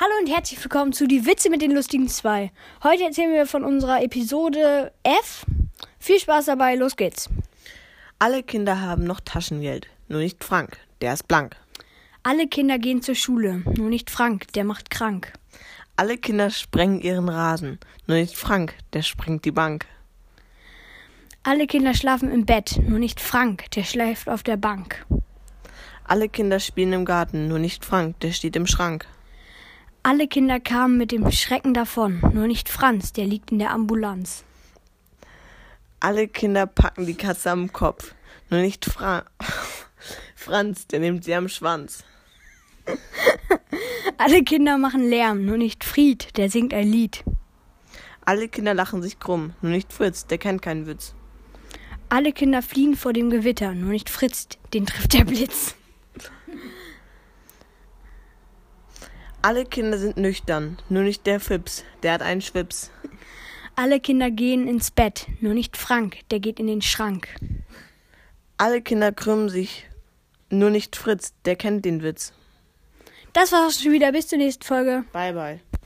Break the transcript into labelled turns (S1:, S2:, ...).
S1: Hallo und herzlich willkommen zu Die Witze mit den lustigen 2. Heute erzählen wir von unserer Episode F. Viel Spaß dabei, los geht's.
S2: Alle Kinder haben noch Taschengeld, nur nicht Frank, der ist blank.
S1: Alle Kinder gehen zur Schule, nur nicht Frank, der macht krank.
S2: Alle Kinder sprengen ihren Rasen, nur nicht Frank, der sprengt die Bank.
S1: Alle Kinder schlafen im Bett, nur nicht Frank, der schläft auf der Bank.
S2: Alle Kinder spielen im Garten, nur nicht Frank, der steht im Schrank.
S1: Alle Kinder kamen mit dem Schrecken davon, nur nicht Franz, der liegt in der Ambulanz.
S2: Alle Kinder packen die Katze am Kopf, nur nicht Franz, der nimmt sie am Schwanz.
S1: Alle Kinder machen Lärm, nur nicht Fried, der singt ein Lied.
S2: Alle Kinder lachen sich krumm, nur nicht Fritz, der kennt keinen Witz.
S1: Alle Kinder fliehen vor dem Gewitter, nur nicht Fritz, den trifft der Blitz.
S2: Alle Kinder sind nüchtern, nur nicht der Fips, der hat einen Schwips.
S1: Alle Kinder gehen ins Bett, nur nicht Frank, der geht in den Schrank.
S2: Alle Kinder krümmen sich, nur nicht Fritz, der kennt den Witz.
S1: Das war's schon wieder, bis zur nächsten Folge.
S2: Bye, bye.